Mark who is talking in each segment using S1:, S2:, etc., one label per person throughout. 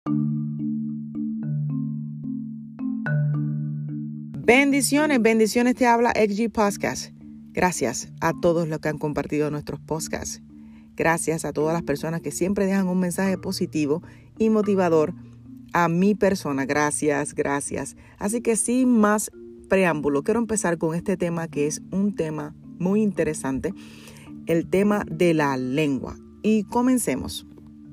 S1: Bendiciones, te habla XG Podcast. Gracias a todos los que han compartido nuestros podcasts. Gracias a todas las personas que siempre dejan un mensaje positivo y motivador a mi persona. Gracias. Así que sin más preámbulo, quiero empezar con este tema que es un tema muy interesante, el tema de la lengua. Y comencemos.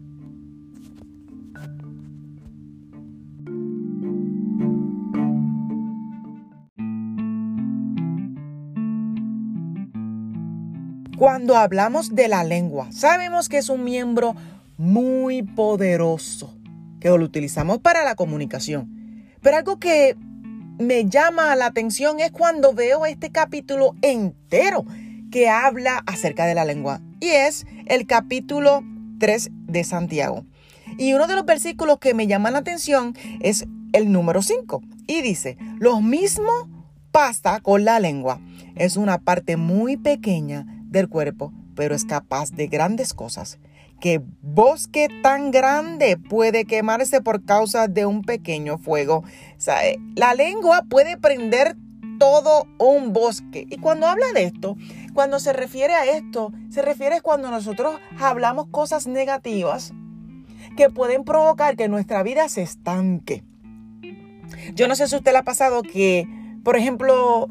S1: Cuando hablamos de la lengua, sabemos que es un miembro muy poderoso, que lo utilizamos para la comunicación. Pero algo que me llama la atención es cuando veo este capítulo entero que habla acerca de la lengua. Y es el capítulo 3 de Santiago. Y uno de los versículos que me llama la atención es el número 5. Y dice, lo mismo pasa con la lengua. Es una parte muy pequeña del cuerpo, pero es capaz de grandes cosas. ¿Qué bosque tan grande puede quemarse por causa de un pequeño fuego? O sea, la lengua puede prender todo un bosque. Y cuando habla de esto, cuando se refiere a esto, se refiere cuando nosotros hablamos cosas negativas que pueden provocar que nuestra vida se estanque. Yo no sé si a usted le ha pasado que, por ejemplo,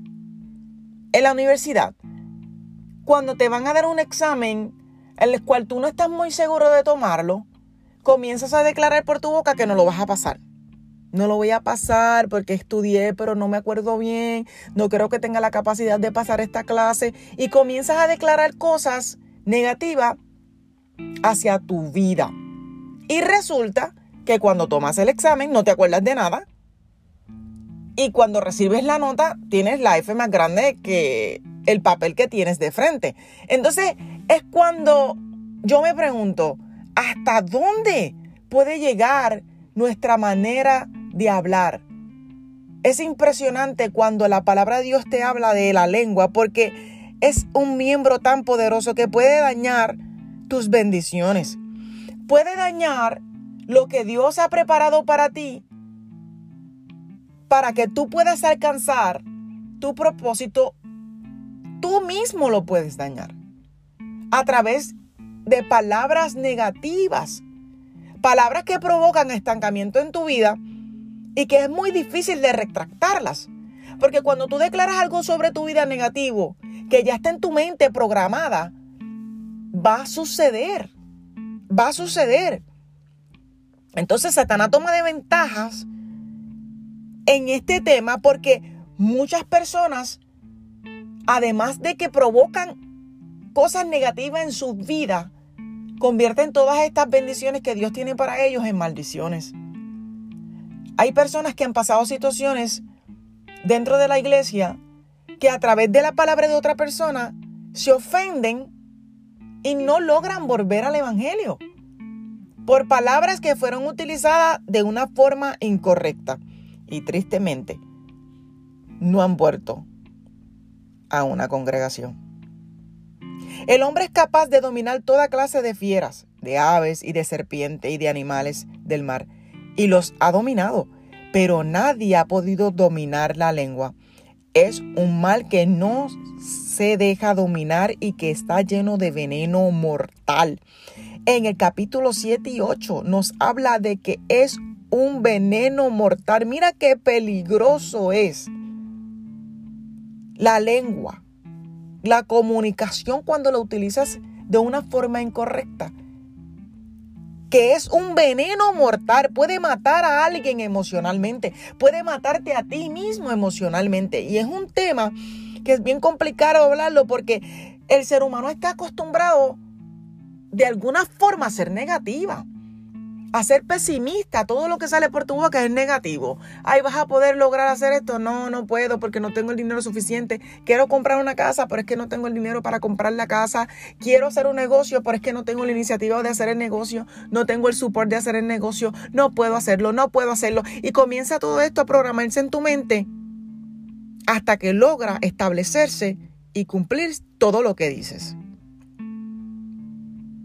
S1: en la universidad, cuando te van a dar un examen en el cual tú no estás muy seguro de tomarlo, comienzas a declarar por tu boca que no lo vas a pasar. No lo voy a pasar porque estudié, pero no me acuerdo bien. No creo que tenga la capacidad de pasar esta clase. Y comienzas a declarar cosas negativas hacia tu vida. Y resulta que cuando tomas el examen no te acuerdas de nada. Y cuando recibes la nota, tienes la F más grande que el papel que tienes de frente. Entonces, es cuando yo me pregunto, ¿hasta dónde puede llegar nuestra manera de hablar? Es impresionante cuando la palabra de Dios te habla de la lengua, porque es un miembro tan poderoso que puede dañar tus bendiciones. Puede dañar lo que Dios ha preparado para ti, para que tú puedas alcanzar tu propósito. Tú mismo lo puedes dañar a través de palabras negativas, palabras que provocan estancamiento en tu vida y que es muy difícil de retractarlas. Porque cuando tú declaras algo sobre tu vida negativo, que ya está en tu mente programada, va a suceder. Entonces Satanás toma de ventajas en este tema porque muchas personas, además de que provocan cosas negativas en su vida, convierten todas estas bendiciones que Dios tiene para ellos en maldiciones. Hay personas que han pasado situaciones dentro de la iglesia que a través de la palabra de otra persona se ofenden y no logran volver al evangelio por palabras que fueron utilizadas de una forma incorrecta. Y tristemente, no han vuelto a una congregación. El hombre es capaz de dominar toda clase de fieras, de aves y de serpientes y de animales del mar. Y los ha dominado, pero nadie ha podido dominar la lengua. Es un mal que no se deja dominar y que está lleno de veneno mortal. En el capítulo 7 y 8 nos habla de que es un veneno mortal. Mira qué peligroso es la lengua, la comunicación cuando la utilizas de una forma incorrecta. Que es un veneno mortal, puede matar a alguien emocionalmente, puede matarte a ti mismo emocionalmente. Y es un tema que es bien complicado hablarlo porque el ser humano está acostumbrado de alguna forma a ser negativa, a ser pesimista. Todo lo que sale por tu boca es negativo. Ay, ¿vas a poder lograr hacer esto? No, no puedo porque no tengo el dinero suficiente. Quiero comprar una casa, pero es que no tengo el dinero para comprar la casa. Quiero hacer un negocio, pero es que no tengo la iniciativa de hacer el negocio. No tengo el support de hacer el negocio. No puedo hacerlo. Y comienza todo esto a programarse en tu mente hasta que logra establecerse y cumplir todo lo que dices.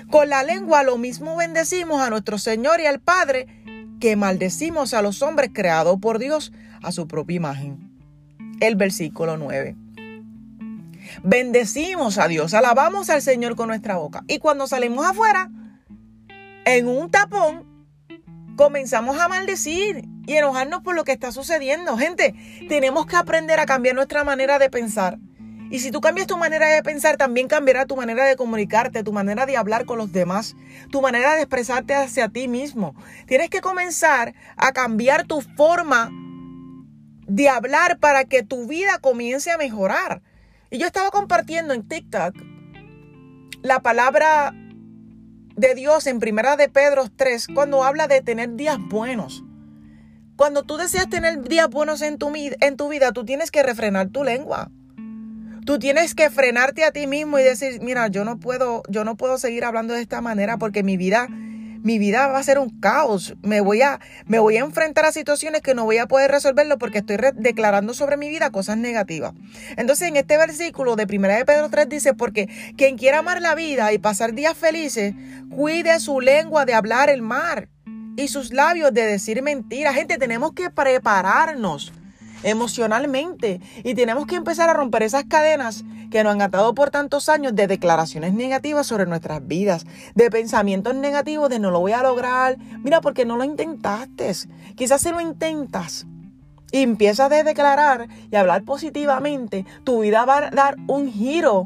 S1: Con la lengua lo mismo bendecimos a nuestro Señor y al Padre que maldecimos a los hombres creados por Dios a su propia imagen. El versículo 9. Bendecimos a Dios, alabamos al Señor con nuestra boca. Y cuando salimos afuera, en un tapón, comenzamos a maldecir y enojarnos por lo que está sucediendo. Gente, tenemos que aprender a cambiar nuestra manera de pensar. Y si tú cambias tu manera de pensar, también cambiará tu manera de comunicarte, tu manera de hablar con los demás, tu manera de expresarte hacia ti mismo. Tienes que comenzar a cambiar tu forma de hablar para que tu vida comience a mejorar. Y yo estaba compartiendo en TikTok la palabra de Dios en 1 de Pedro 3, cuando habla de tener días buenos. Cuando tú deseas tener días buenos en tu vida, tú tienes que refrenar tu lengua. Tú tienes que frenarte a ti mismo y decir, mira, yo no puedo seguir hablando de esta manera porque mi vida va a ser un caos. Me voy a enfrentar a situaciones que no voy a poder resolverlo porque estoy declarando sobre mi vida cosas negativas. Entonces, en este versículo de 1 de Pedro 3 dice, porque quien quiera amar la vida y pasar días felices, cuide su lengua de hablar el mal y sus labios de decir mentiras. Gente, tenemos que prepararnos emocionalmente y tenemos que empezar a romper esas cadenas que nos han atado por tantos años de declaraciones negativas sobre nuestras vidas, de pensamientos negativos de no lo voy a lograr, mira, porque no lo intentaste. Quizás si lo intentas y empiezas a declarar y hablar positivamente, tu vida va a dar un giro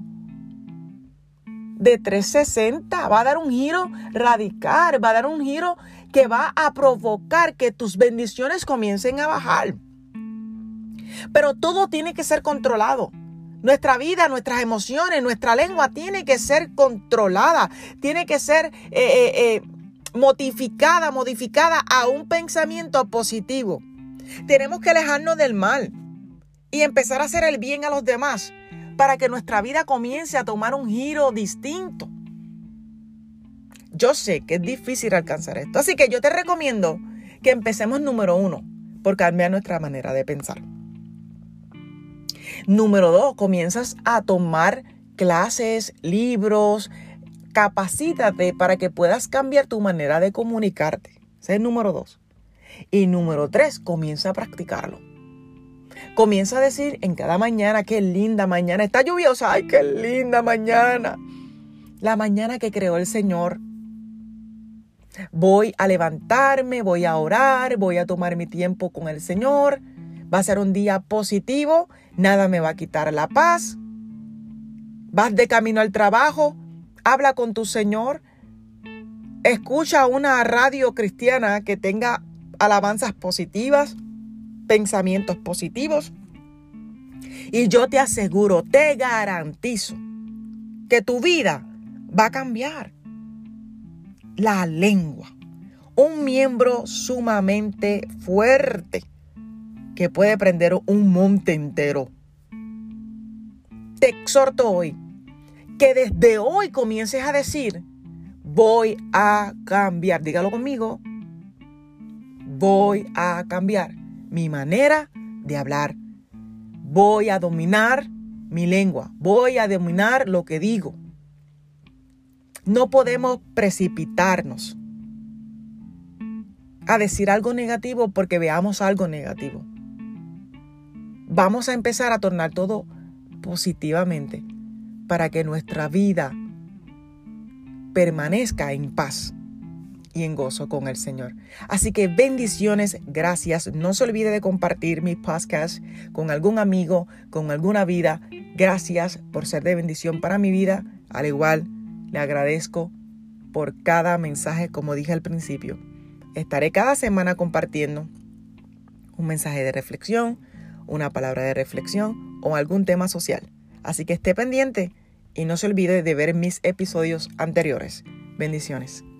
S1: de 360, va a dar un giro radical, va a dar un giro que va a provocar que tus bendiciones comiencen a bajar. Pero todo tiene que ser controlado. Nuestra vida, nuestras emociones, nuestra lengua tiene que ser controlada. Tiene que ser modificada a un pensamiento positivo. Tenemos que alejarnos del mal y empezar a hacer el bien a los demás para que nuestra vida comience a tomar un giro distinto. Yo sé que es difícil alcanzar esto. Así que yo te recomiendo que empecemos número 1 por cambiar nuestra manera de pensar. Número 2, comienzas a tomar clases, libros, capacítate para que puedas cambiar tu manera de comunicarte. Ese es el número 2. Y número 3, comienza a practicarlo. Comienza a decir en cada mañana, qué linda mañana. Está lluviosa, ay, qué linda mañana. La mañana que creó el Señor. Voy a levantarme, voy a orar, voy a tomar mi tiempo con el Señor. Va a ser un día positivo, nada me va a quitar la paz. Vas de camino al trabajo, habla con tu Señor. Escucha una radio cristiana que tenga alabanzas positivas, pensamientos positivos. Y yo te aseguro, te garantizo que tu vida va a cambiar. La lengua, un miembro sumamente fuerte que puede prender un monte entero. Te exhorto hoy que desde hoy comiences a decir, voy a cambiar. Dígalo conmigo. Voy a cambiar mi manera de hablar. Voy a dominar mi lengua. Voy a dominar lo que digo. No podemos precipitarnos a decir algo negativo porque veamos algo negativo. Vamos a empezar a tornar todo positivamente para que nuestra vida permanezca en paz y en gozo con el Señor. Así que bendiciones, gracias. No se olvide de compartir mi podcast con algún amigo, con alguna vida. Gracias por ser de bendición para mi vida. Al igual, le agradezco por cada mensaje, como dije al principio. Estaré cada semana compartiendo un mensaje de reflexión, una palabra de reflexión o algún tema social. Así que esté pendiente y no se olvide de ver mis episodios anteriores. Bendiciones.